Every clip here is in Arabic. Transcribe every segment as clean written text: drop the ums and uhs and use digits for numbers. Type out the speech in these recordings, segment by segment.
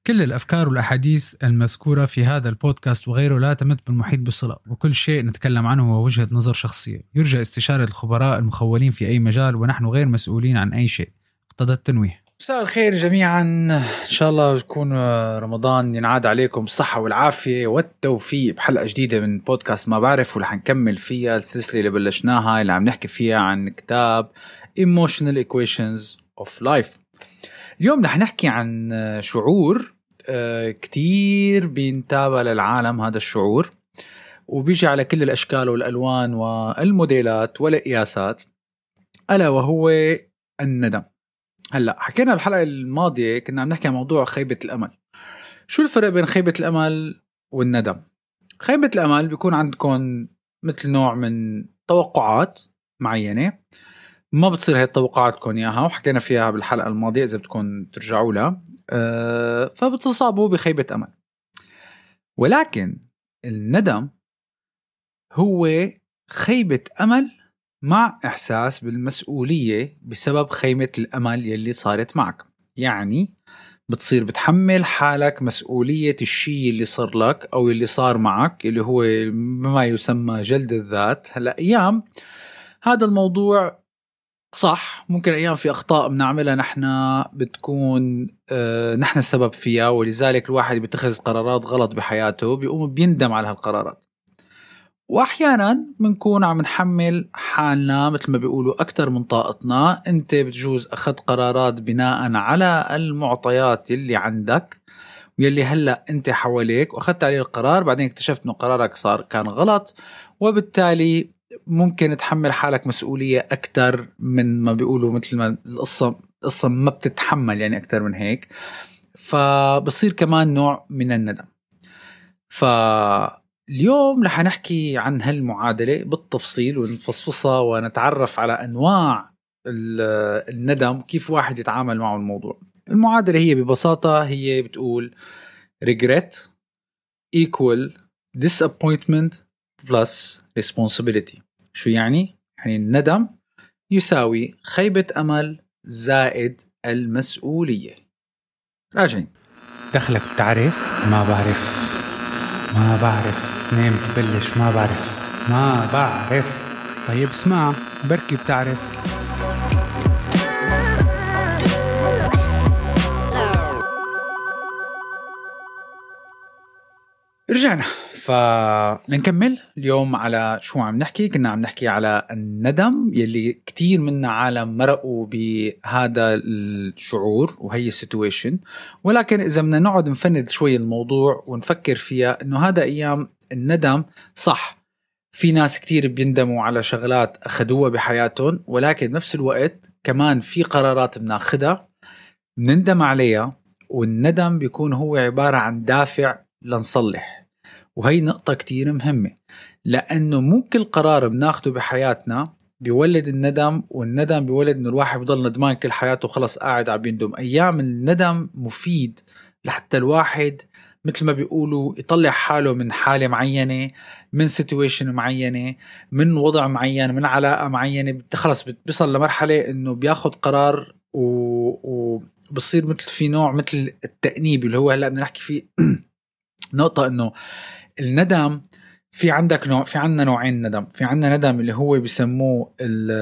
كل الأفكار والأحاديث المذكورة في هذا البودكاست وغيره لا تمت بالمحيط بصلة، وكل شيء نتكلم عنه هو وجهة نظر شخصية يرجى استشارة الخبراء المخولين في أي مجال، ونحن غير مسؤولين عن أي شيء. اقتضى التنويه. مساء الخير جميعا، إن شاء الله يكون رمضان ينعاد عليكم الصحة والعافية والتوفيق بحلقة جديدة من بودكاست ما بعرف، واللي حنكمل فيها السلسلة اللي بلشناها اللي عم نحكي فيها عن كتاب Emotional Equations of Life. اليوم رح نحكي عن شعور كتير بينتابع للعالم، هذا الشعور وبيجي على كل الأشكال والألوان والموديلات والقياسات، ألا وهو الندم. هلا حكينا الحلقة الماضية كنا عم نحكي عن موضوع خيبة الأمل. شو الفرق بين خيبة الأمل والندم؟ خيبة الأمل بيكون عندكم مثل نوع من توقعات معينة، ما بتصير هاي التوقعات لكم إياها، وحكينا فيها بالحلقة الماضية إذا بدكم ترجعوا لها. فبتصابوا بخيبة أمل. ولكن الندم هو خيبة أمل مع إحساس بالمسؤولية بسبب خيمة الأمل يلي صارت معك. يعني بتصير بتحمل حالك مسؤولية الشيء اللي صار لك أو اللي صار معك، اللي هو ما يسمى جلد الذات. هلأ أيام هذا الموضوع صح، ممكن أيام في أخطاء بنعملها نحن بتكون نحن السبب فيها، ولذلك الواحد بيتخذ قرارات غلط بحياته بيقوم بيندم على هالقرارات. واحيانا بنكون عم نحمل حالنا مثل ما بيقولوا اكثر من طاقتنا. انت بتجوز اخذت قرارات بناء على المعطيات اللي عندك واللي هلا انت حواليك، واخذت عليه القرار، بعدين اكتشفت انه قرارك كان غلط، وبالتالي ممكن تحمل حالك مسؤولية اكثر من ما بيقولوا، مثل ما القصة ما بتتحمل يعني اكثر من هيك، فبصير كمان نوع من الندم. اليوم رح نحكي عن هالمعادلة بالتفصيل ونفصفصها ونتعرف على أنواع الندم، كيف واحد يتعامل معه الموضوع. المعادلة هي ببساطة هي بتقول regret equal disappointment plus responsibility. شو يعني؟ يعني الندم يساوي خيبة أمل زائد المسؤولية. راجعين. دخلك بتعرف؟ ما بعرف نام تبلش، ما بعرف. طيب اسمع، بركي بتعرف. رجعنا فنكمل اليوم على شو عم نحكي. كنا عم نحكي على الندم يلي كتير منا عالم مرقوا بهذا الشعور وهي السيتويشن، ولكن إذا بدنا نقعد نفند شوي الموضوع ونفكر فيها إنه هذا أيام الندم صح، في ناس كتير بيندموا على شغلات أخدوها بحياتهم، ولكن بنفس الوقت كمان في قرارات بناخدها بنندم عليها، والندم بيكون هو عبارة عن دافع لنصلح. وهي نقطة كتير مهمة، لأنه مو كل قرار بناخده بحياتنا بيولد الندم، والندم بيولد إنه الواحد بيضل ندمان كل حياته خلص قاعد عم يندم. أيام الندم مفيد لحتى الواحد مثل ما بيقولوا يطلع حاله من حالة معينة، من سيتويشن معينة، من وضع معين، من علاقة معينة. خلص بيصل لمرحلة إنه بياخد قرار وبصير مثل في نوع مثل التأنيب اللي هو هلأ بدنا نحكي فيه. نقطة إنه الندم في عندك نوع، في عندنا نوعين ندم. في عندنا ندم اللي هو بيسموه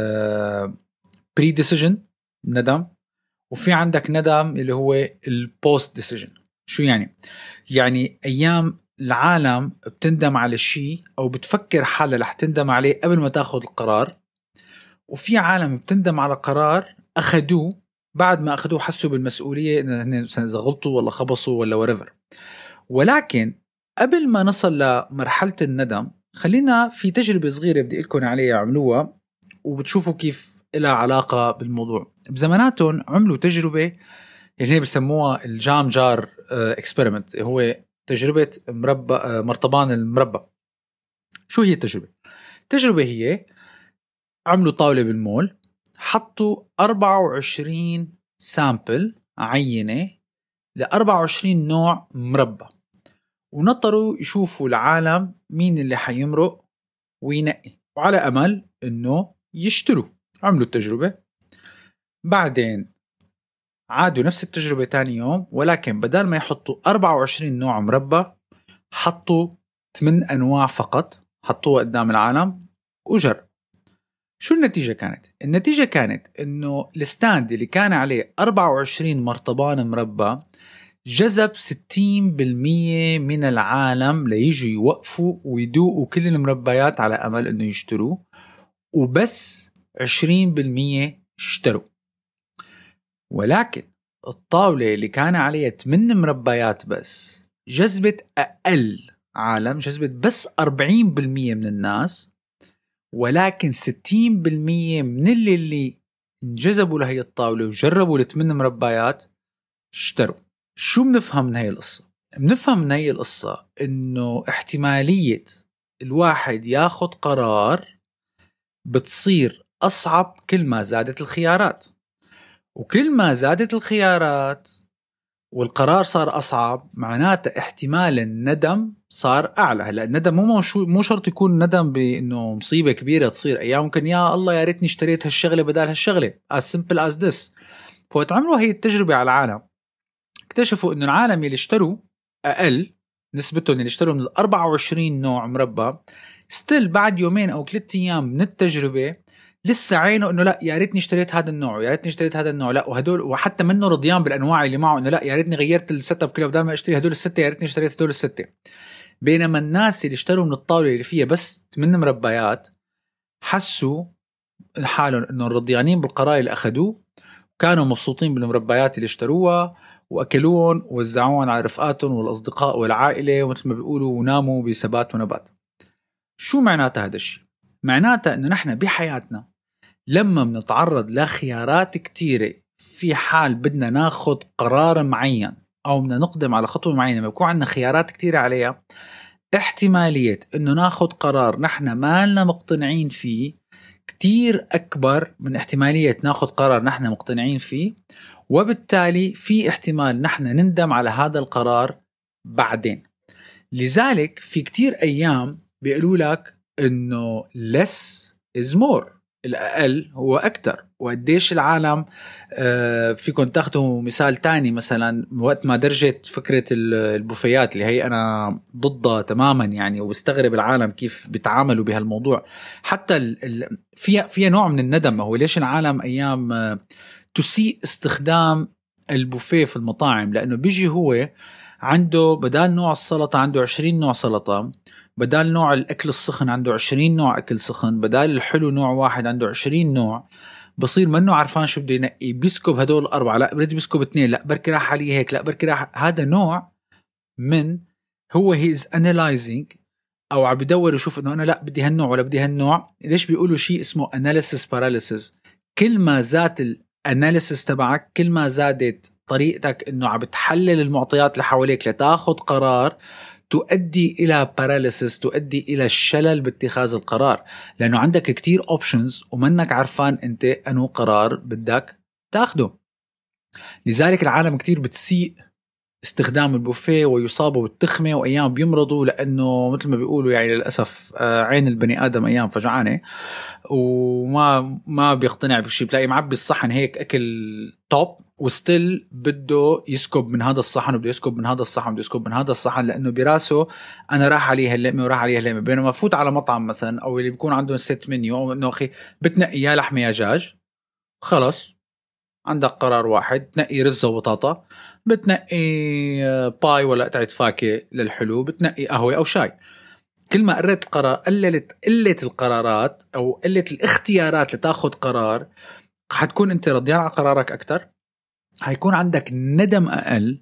pre decision ندم، وفي عندك ندم اللي هو post decision. شو يعني؟ يعني أيام العالم بتندم على الشيء أو بتفكر حالة رح تندم عليه قبل ما تاخد القرار، وفي عالم بتندم على قرار أخدوه بعد ما أخدوه حسوا بالمسؤولية إنه إذا غلطوا ولا خبصوا ولا whatever. ولكن قبل ما نصل لمرحلة الندم خلينا في تجربة صغيرة بدي لكم عليها عملوها وبتشوفوا كيف لها علاقة بالموضوع. بزماناتهم عملوا تجربة اللي هي بسموها الجام جار اكسبيرمنت، هو تجربة مرطبان المربى. شو هي التجربة؟ التجربة هي عملوا طاولة بالمول، حطوا 24 سامبل عينة ل 24 نوع مربى، ونطروا يشوفوا العالم مين اللي حيمرق وينقي، وعلى أمل إنه يشتروا. عملوا التجربة، بعدين عادوا نفس التجربة تاني يوم، ولكن بدل ما يحطوا 24 نوع مربى حطوا 8 أنواع فقط، حطوها قدام العالم وجرب. شو النتيجة كانت؟ النتيجة كانت إنه الستاند اللي كان عليه 24 مرطبان مربى جذب 60% من العالم ليجوا يوقفوا ويدوقوا كل المربيات على أمل إنه يشتروا، وبس 20% اشتروا. ولكن الطاولة اللي كان عليها 8 مربيات بس جذبت أقل عالم، جذبت بس 40% من الناس، ولكن 60% من اللي انجذبوا لهي الطاولة وجربوا الثمان مربيات اشتروا. شو بنفهم من هاي القصة؟ بنفهم من هاي القصة إنه احتمالية الواحد ياخد قرار بتصير أصعب كل ما زادت الخيارات، وكل ما زادت الخيارات والقرار صار أصعب معناته احتمال الندم صار أعلى. هلا الندم مو شرط يكون ندم بأنه مصيبة كبيرة تصير، أيام ممكن يا الله يا ريتني اشتريت هالشغلة بدال هالشغلة، as simple as this. فوتعملوا هي التجربة على العالم، اكتشفوا أنه العالم اللي اشتروا أقل نسبتهم اللي اشتروا من 24 نوع مربى ستيل بعد يومين أو 3 أيام من التجربة لسه عينه انه لا يا ريتني اشتريت هذا النوع، يا ريتني اشتريت هذا النوع، لا وهدول، وحتى منه رضيان بالانواع اللي معه انه لا يا ريتني غيرت السيت اب كله بدل ما اشتري هدول الستة يا ريتني اشتريت هدول الستة. بينما الناس اللي اشتروا من الطاوله اللي فيها بس 8 مربيات حسوا حالهم انه رضيانين بالقرار اللي اخذوه، كانوا مبسوطين بالمربيات اللي اشتروها واكلوهم ووزعوهم على رفقاتهم والاصدقاء والعائله ومثل ما بيقولوا وناموا بثبات ونبات. شو معناته هذا الشيء؟ معناته انه نحن بحياتنا لما بنتعرض لخيارات كتيرة في حال بدنا ناخد قرار معين أو بدنا نقدم على خطوة معينة، لما يكون عندنا خيارات كتيرة عليها احتمالية إنه ناخد قرار نحن ما لنا مقتنعين فيه كتير أكبر من احتمالية ناخد قرار نحن مقتنعين فيه، وبالتالي في احتمال نحن نندم على هذا القرار بعدين. لذلك في كتير أيام بيقولوا لك إنه less is more، الأقل هو أكتر. وقديش العالم فيكم تاخدوا مثال تاني، مثلا وقت ما درجت فكرة البوفيات اللي هي أنا ضدها تماما يعني، وبستغرب العالم كيف بيتعاملوا بهالموضوع. حتى فيها نوع من الندم، هو ليش العالم أيام تسيء استخدام البوفيه في المطاعم، لأنه بيجي هو عنده بدال نوع السلطة عنده 20 نوع سلطة، بدال نوع الأكل السخن عنده 20 نوع أكل سخن، بدال الحلو نوع واحد عنده 20 نوع. بصير منه عارفان شو بده ينقي، بيسكب هدول 4، لا بدي بيسكب 2، لا بركي راح عليه هيك، لا بركي راح. هذا نوع من هو he is analyzing أو عم بدور يشوف إنه أنا لا بدي هالنوع ولا بدي هالنوع. ليش بيقولوا شيء اسمه analysis paralysis؟ كل ما زاد الاناليسيس تبعك كل ما زادت طريقتك إنه عم بتحلل المعطيات اللي حواليك لتاخد قرار تؤدي إلى باراليسيس، تؤدي إلى الشلل باتخاذ القرار، لأنه عندك كتير أوبشنز ومنك عارفان أنت أنو قرار بدك تاخده. لذلك العالم كتير بتسيء استخدام البوفيه ويصابوا بالتخمة وأيام بيمرضوا، لأنه مثل ما بيقولوا يعني للأسف عين البني آدم أيام فجعانة وما بيقتنع بشيء. بتلاقي معبي الصحن هيك أكل توب وستيل بده يسكب من هذا الصحن وبده يسكب من هذا الصحن وبده يسكب من هذا الصحن، لأنه براسه أنا راح عليه اللقمة وراح عليه اللقمة. بينما فوت على مطعم مثلا أو اللي بيكون عنده ست منيو إنه أخي بتنقي يا لحمة يا دجاج، خلص عندك قرار واحد، تنقي رز وبطاطا، بتنقي باي ولا قطعة فاكهة للحلو، بتنقي قهوة أو شاي. كل ما قررت القرار قلت القرارات أو قلت الاختيارات لتاخد قرار، حتكون أنت رضيان عن قرارك أكتر، حيكون عندك ندم أقل،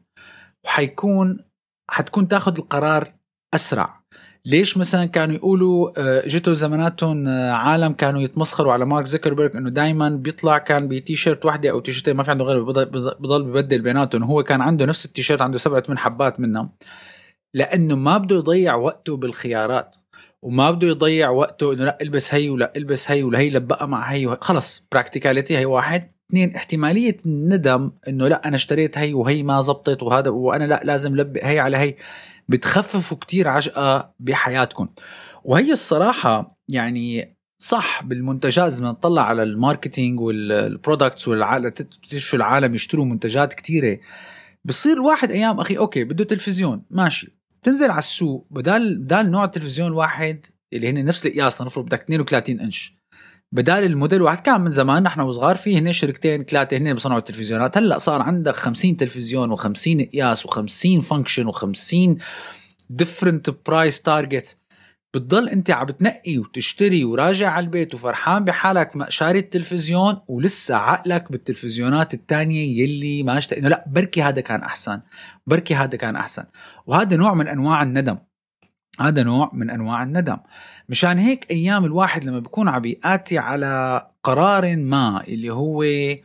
حتكون تاخد القرار أسرع. ليش مثلا كانوا يقولوا جيتوا زماناتهم عالم كانوا يتمسخروا على مارك زكربيرج انه دايما بيطلع كان بتيشيرت واحدة او تيشيرتين ما في عنده غير، بضل ببدل بيناتهم. هو كان عنده نفس التيشيرت عنده 7-8 حبات منهم، لانه ما بده يضيع وقته بالخيارات وما بده يضيع وقته انه لا البس هي ولا البس هي ولا هي لبقى مع هي خلص براكتيكاليتي هي 1. 2 احتمالية الندم انه لا انا اشتريت هي وهي ما زبطت وهذا وانا لا لازم لبق هي على هي، بتخففوا كتير عجقة بحياتكم. وهي الصراحة يعني صح بالمنتجات. لما نطلع على الماركتينج والبرودكتس والعالم، شو العالم يشتروا منتجات كتيرة، بصير واحد أيام أخي أوكي بده تلفزيون ماشي، تنزل على السوق بدال نوع التلفزيون واحد اللي هن نفس القياس، نفرض بدك 32 إنش، بدال الموديل واحد كان من زمان نحن وصغار فيه هن شركتين ثلاثة هن بصنعوا التلفزيونات، هلأ صار عندك 50 تلفزيون و50 قياس و50 فانكشن و50 different price target. بتضل انت عم بتنقي وتشتري وراجع على البيت وفرحان بحالك شاري التلفزيون، ولسه عقلك بالتلفزيونات التانية يلي ما اشتقي انه لا بركي هذا كان احسن، بركي هذا كان احسن. وهذا نوع من انواع الندم، هذا نوع من انواع الندم. مشان هيك ايام الواحد لما بيكون عم بياتي على قرار ما اللي هو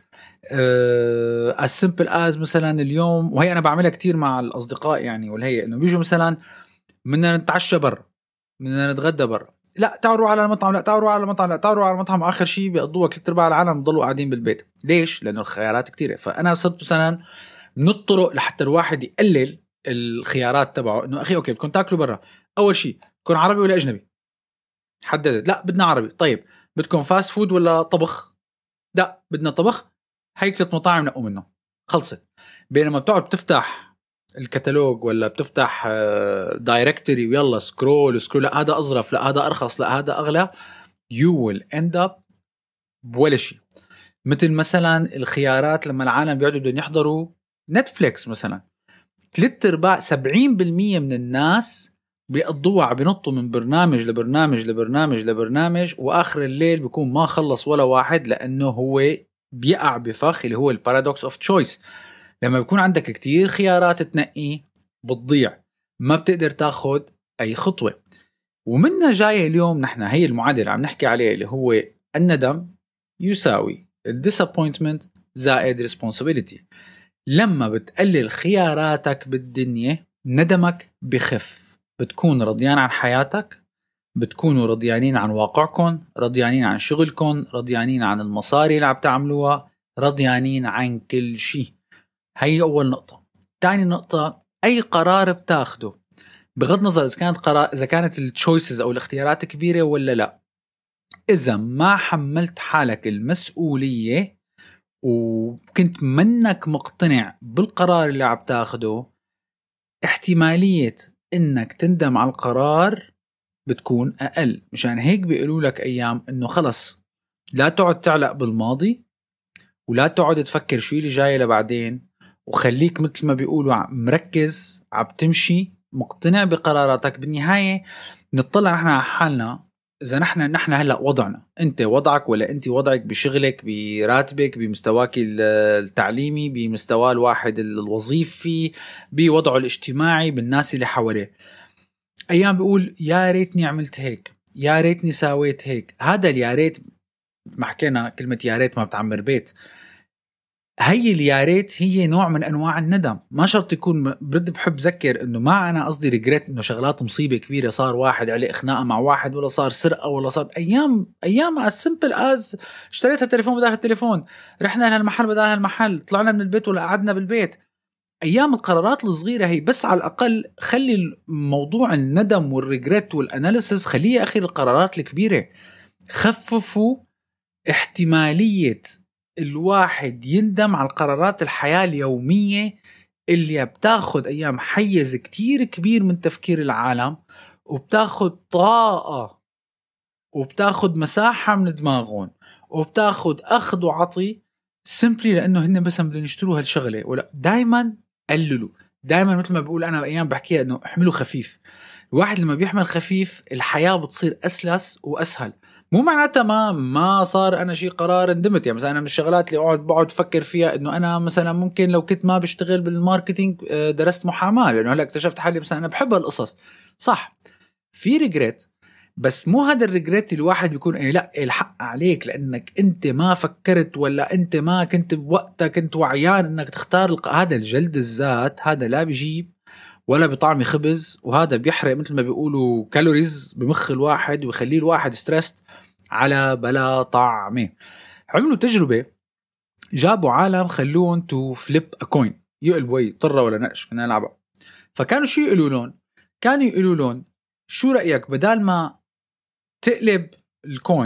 as simple as مثلا اليوم، وهي انا بعملها كتير مع الاصدقاء يعني، والهي انه بيجوا مثلا بدنا نتعشى برا، بدنا نتغدى برا، لا تعالوا على المطعم، لا تعالوا على المطعم، لا تعالوا على المطعم، اخر شيء بيقضوها ثلاث ارباع العالم بضلوا قاعدين بالبيت. ليش؟ لانه الخيارات كتيره. فانا صرت مثلا من الطرق لحتى الواحد يقلل الخيارات تبعه انه اخي اوكي بدكم تاكلوا برا، اول شيء بدكم عربي ولا اجنبي؟ حددت لا بدنا عربي. طيب بدكم فاست فود ولا طبخ؟ لا بدنا طبخ. هاي 3 مطاعم نقوا منه، خلصت. بينما بتقعد بتفتح الكتالوج ولا بتفتح دايركتوري ويلا سكرول، لا هذا أظرف، لا هذا أرخص، لا هذا أغلى، you will end up بولا شيء. مثل مثلا الخيارات لما العالم بيقعدوا بدهم يحضروا نتفليكس مثلا، 70% من الناس بيقضوها بينطوا من برنامج لبرنامج لبرنامج لبرنامج، وآخر الليل بيكون ما خلص ولا واحد، لأنه هو بيقع بفخ اللي هو البارادوكس اوف تشويس. لما بيكون عندك كتير خيارات تنقي بتضيع، ما بتقدر تاخد أي خطوة. ومنها جاية اليوم نحن هي المعادلة عم نحكي عليه اللي هو الندم يساوي disappointment زائد responsibility. لما بتقلل خياراتك بالدنيا ندمك بخف، بتكون رضيان عن حياتك، بتكونوا رضيانين عن واقعكم، رضيانين عن شغلكم، رضيانين عن المصاري اللي عم تعملوها، رضيانين عن كل شيء. هي أول نقطة. تاني نقطة، أي قرار بتاخده بغض النظر إذا كانت التشويسز أو الاختيارات كبيرة ولا لا، إذا ما حملت حالك المسؤولية وكنت منك مقتنع بالقرار اللي عم تاخده، احتمالية إنك تندم على القرار بتكون أقل. مشان هيك بيقولوا لك أيام إنه خلص لا تقعد تعلق بالماضي، ولا تقعد تفكر شو اللي جاي لبعدين، وخليك مثل ما بيقولوا مركز عم تمشي مقتنع بقراراتك. بالنهاية نطلع نحن على حالنا، إذا نحن هلأ وضعنا، أنت وضعك ولا أنت وضعك بشغلك، براتبك، بمستواك التعليمي، بمستوى الواحد الوظيفي، بوضعه الاجتماعي، بالناس اللي حواليه. أيام بيقول يا ريتني عملت هيك، يا ريتني ساويت هيك. هذا يا ريت، ما حكينا كلمة يا ريت ما بتعمر بيت. هي يا ريت هي نوع من انواع الندم. ما شرط يكون بحب ذكر انه ما انا قصدي ريجريت انه شغلات مصيبه كبيره، صار واحد عليه خناقه مع واحد، ولا صار سرقه، ولا صار ايام از سمبل از اشتريت التليفون بدل التليفون، رحنا لهالمحل بدل هالمحل، طلعنا من البيت ولا قعدنا بالبيت. ايام القرارات الصغيره هي، بس على الاقل خلي الموضوع الندم والريجريت والاناليسيس خليه اخر القرارات الكبيره. خففوا احتماليه الواحد يندم على قرارات الحياة اليومية اللي بتاخد أيام حيز كتير كبير من تفكير العالم، وبتاخد طاقة، وبتاخد مساحة من دماغهم، وبتاخد أخذ وعطي simply لأنه هن بس بدهم يشتروا هالشغلة. ولا دايما قللوا، دايما مثل ما بقول أنا أيام بحكيها إنه احملوا خفيف. الواحد لما بيحمل خفيف الحياة بتصير أسلس وأسهل. مو معناتها ما صار أنا شيء قرار ندمت. يعني مثلا أنا من الشغلات اللي بقعد أفكر فيها إنه أنا مثلا ممكن لو كنت ما بشتغل بالماركتينج درست محاماة، لأنه هلأ اكتشفت حالي مثلا أنا بحب القصص. صح في ريجريت، بس مو هذا الريجريت الواحد بيكون إيه لا الحق عليك لأنك أنت ما فكرت، ولا أنت ما كنت بوقتك كنت وعيان إنك تختار هذا الجلد الذات. هذا لا بيجيب ولا بطعم خبز، وهذا بيحرق مثل ما بيقولوا كالوريز بمخ الواحد، ويخليه الواحد ستريسد على بلا طعمه. عملوا تجربة، جابوا عالم خلوهم تو فليب أكوين، يقلبوا طرة ولا نقش كنا نلعبها. فكانوا شو يقولوا لهم؟ كانوا يقولوا لهم شو رأيك بدال ما تقلب الكوين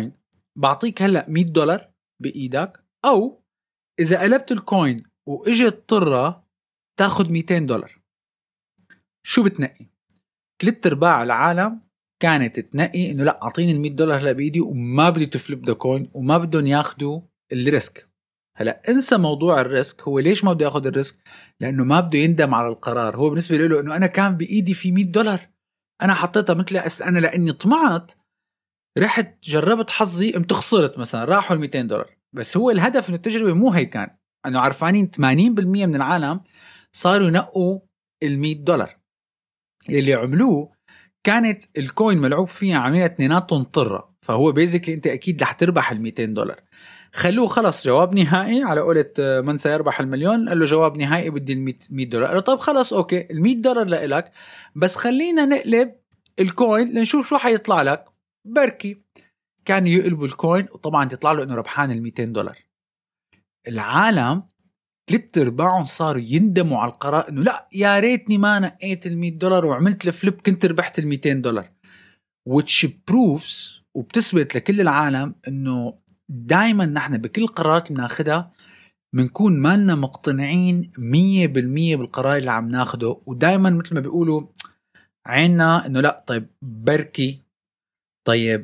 بعطيك هلأ $100 بإيدك، أو إذا قلبت الكوين وإجت طرة تاخد $200. شو بتنقي؟ 3/4 العالم كانت تنقي إنه لا أعطيني $100 هلأ بإيدي وما بدي تفليب ذا كوين وما بدهم ياخدوا الريسك. هلا انسى موضوع الريسك. هو ليش ما بده ياخد الريسك؟ لانه ما بده يندم على القرار. هو بالنسبه له انه انا كان بايدي في $100 انا حطيتها مثل انا لاني طمعت رحت جربت حظي قمت خسرت مثلا راحوا $200. بس هو الهدف من التجربه مو هي، كان انه عارفانين 80% من العالم صاروا ينقوا $100. اللي عملوه كانت الكوين ملعوب فيها عمليه اثنيناتهم طره، فهو بيزيكلي انت اكيد رح تربح $200. خلوه خلص جواب نهائي على قولة من سيربح المليون. قال له جواب نهائي بدي $100. قال له طيب خلص اوكي $100 لإلك، بس خلينا نقلب الكوين لنشوف شو حيطلع لك. بركي كان يقلبوا الكوين وطبعا تطلع له انه ربحان $200. العالم 3/4 صاروا يندموا على القرار انه لا يا ريتني ما نقيت $100 وعملت الفليب كنت ربحت $200. which proves وبتثبت لكل العالم انه دايما نحن بكل قرارات بناخدها بنكون مالنا مقتنعين 100% بالقرار اللي عم ناخده، ودايما مثل ما بيقولوا عيننا انه لا طيب بركي طيب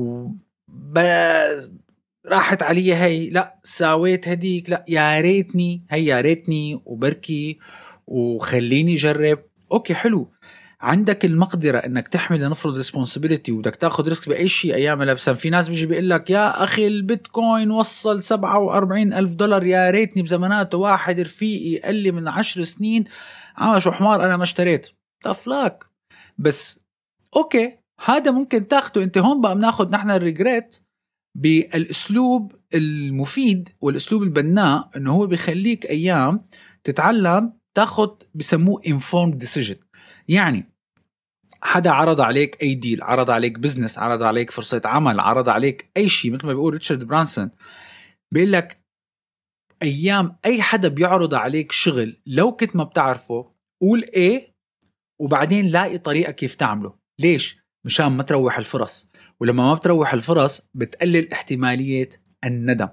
راحت علي هي لا ساويت هديك لا يا ريتني هي يا ريتني وبركي وخليني جرب. اوكي حلو، عندك المقدرة انك تحمل لنفرض responsibility وبدك تاخد ريسك باي شيء ايام لبسا. في ناس بيجي بيقول لك يا اخي البيتكوين وصل $47,000 يا ريتني بزماناته واحد رفيقي قال لي من 10 سنين شو حمار انا ما اشتريت. طفلاك بس اوكي هذا ممكن تاخده انت. هون بقى بناخد نحن الريجريت بالاسلوب المفيد والاسلوب البناء، انه هو بيخليك ايام تتعلم تاخد بسموه informed decision. يعني حدا عرض عليك اي ديل، عرض عليك بزنس، عرض عليك فرصة عمل، عرض عليك اي شيء، مثل ما بيقول ريتشارد برانسون بيقول لك ايام اي حدا بيعرض عليك شغل لو كنت ما بتعرفه قول ايه وبعدين لاقي طريقة كيف تعمله. ليش؟ مشان ما تروح الفرص، ولما ما بتروح الفرص بتقلل احتمالية الندم.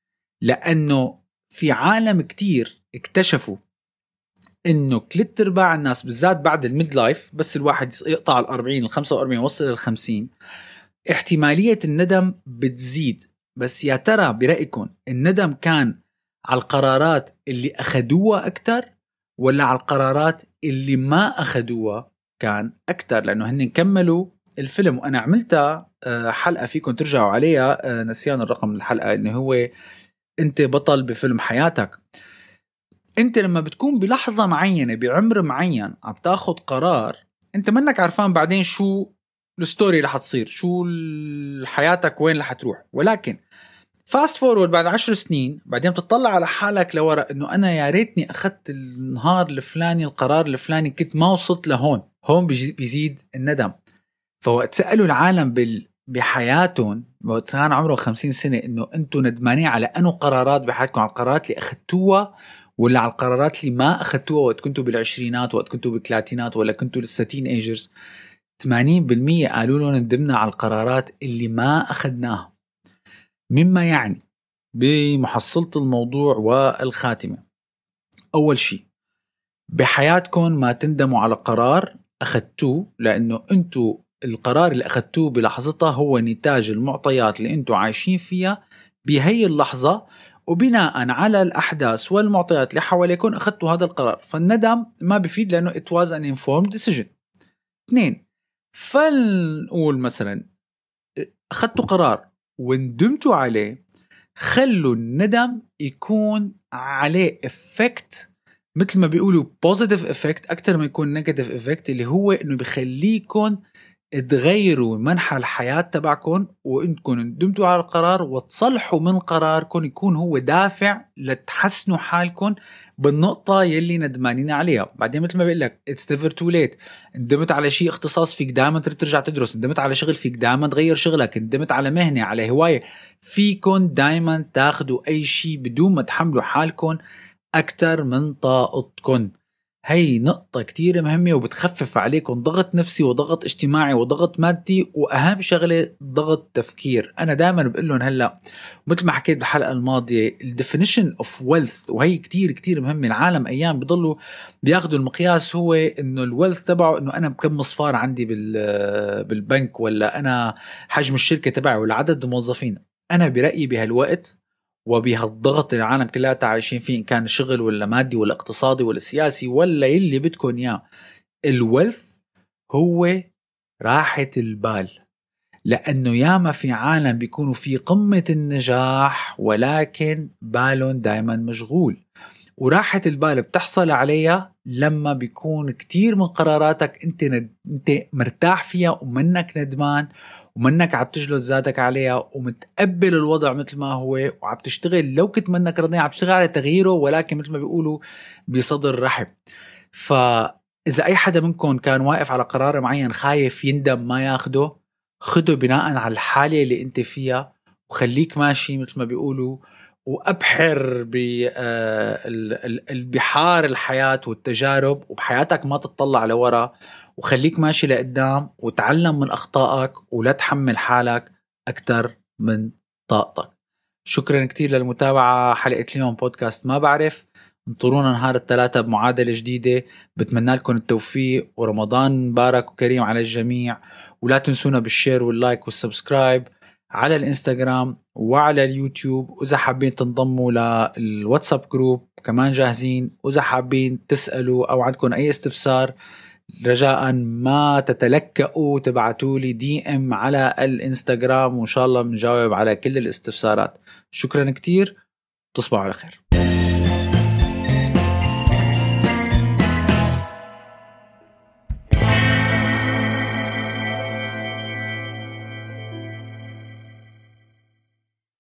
لانه في عالم كتير اكتشفوا انه 3/4 الناس بالذات بعد الميد لايف بس الواحد يقطع 40 45 يوصل 50 احتمالية الندم بتزيد. بس يا ترى برأيكم الندم كان على القرارات اللي أخدوها أكتر ولا على القرارات اللي ما أخدوها كان أكتر؟ لأنه هن كملوا الفيلم وأنا عملتها حلقة فيكم ترجعوا عليها، نسيان الرقم الحلقة، إنه هو أنت بطل بفيلم حياتك. انت لما بتكون بلحظة معينة بعمر معين عم تاخد قرار انت منك عارفان بعدين شو الستوري رح تصير، شو حياتك وين رح تروح، ولكن فاست فورورد بعد 10 سنين بعدين بتطلع على حالك لورا انه انا يا ريتني اخذت النهار الفلاني القرار الفلاني كنت ما وصلت لهون. هون بيزيد الندم. فوقت سألوا العالم بحياتهم وقت كان عمره 50 سنة انه انتوا ندمانين على انو قرارات بحياتكم، على القرارات اللي اخذتوها ولا على القرارات اللي ما أخذتوها وقت كنتوا بالعشرينات وقت كنتوا بالثلاثينات ولا كنتوا للستين ايجرز؟ 80% قالوا لهم ندمنا على القرارات اللي ما أخذناها. مما يعني بمحصلة الموضوع والخاتمة، أول شيء بحياتكم ما تندموا على قرار أخذتوه، لأنه أنتوا القرار اللي أخذتوه بلحظتها هو نتاج المعطيات اللي أنتوا عايشين فيها بهي اللحظة، وبناء على الأحداث والمعطيات اللي حواليكم أخذتوا هذا القرار. فالندم ما بيفيد لأنه it was an informed decision. 2 فلنقول مثلا أخذتوا قرار وندمتوا عليه، خلوا الندم يكون عليه effect مثل ما بيقولوا positive effect أكتر ما يكون negative effect، اللي هو إنه بيخليكم تغيروا منحى الحياة تبعكم وإنكم ندمتوا على القرار وتصلحوا من قراركم يكون هو دافع لتحسنوا حالكم بالنقطة يلي ندمانين عليها. بعدين مثل ما بقول لك it's never too late. ندمت على شيء اختصاص فيك دائما ترجع تدرس، ندمت على شغل فيك دائما تغير شغلك، ندمت على مهنة على هواية فيكم دائما تاخدوا أي شيء بدون ما تحملوا حالكم أكتر من طاقتكم. هي نقطة كتير مهمة وبتخفف عليكم ضغط نفسي وضغط اجتماعي وضغط مادي، وأهم شغلة ضغط تفكير. أنا دائما بقول لهم هلأ مثل ما حكيت بالحلقة الماضية الديفينيشن اوف ويلث، وهي كتير كتير مهمة. العالم أيام بيضلوا بياخدوا المقياس هو إنه الويلث تبعه إنه أنا بكم مصفار عندي بالبنك، ولا أنا حجم الشركة تبعي، ولا عدد الموظفين. أنا برأيي بهالوقت وبهالضغط العالم كلها عايشين فيه، إن كان شغل ولا مادي ولا اقتصادي ولا سياسي ولا يلي بدكم إياه، الويلث هو راحة البال. لأنه ياما في عالم بيكونوا في قمة النجاح ولكن بالهم دايما مشغول، وراحة البال بتحصل عليها لما بيكون كتير من قراراتك انت مرتاح فيها ومنك ندمان ومنك عم تجلد ذاتك عليها ومتقبل الوضع مثل ما هو، وعم تشتغل لو كنت منك رضي عم تشتغل على تغييره، ولكن مثل ما بيقولوا بصدر رحب. فإذا أي حدا منكم كان واقف على قرار معين خايف يندم ما ياخده، خده بناء على الحالة اللي انت فيها وخليك ماشي مثل ما بيقولوا، وأبحر بالبحار الحياة والتجارب، وبحياتك ما تطلع لورا، وخليك ماشي لقدام وتعلم من أخطائك ولا تحمل حالك أكتر من طاقتك. شكرا كتير للمتابعة. حلقة اليوم بودكاست ما بعرف. انطرونا نهار الثلاثاء بمعادلة جديدة. بتمنى لكم التوفيق ورمضان مبارك وكريم على الجميع. ولا تنسونا بالشير واللايك والسبسكرايب على الانستغرام وعلى اليوتيوب. وإذا حابين تنضموا للواتساب جروب كمان جاهزين. وإذا حابين تسألوا أو عندكم أي استفسار رجاء ما تتلكأوا، تبعتوا لي DM على الانستغرام وإن شاء الله بنجاوب على كل الاستفسارات. شكرا كتير، تصبحوا على خير.